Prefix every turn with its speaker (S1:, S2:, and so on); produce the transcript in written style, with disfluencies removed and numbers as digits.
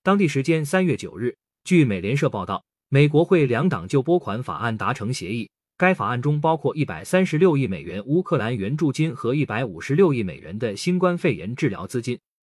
S1: 当地时间3月9日，据美联社报道，美国会两党就拨款法案达成协议，该法案中包括136亿美元乌克兰援助金和156亿美元的新冠肺炎治疗资金。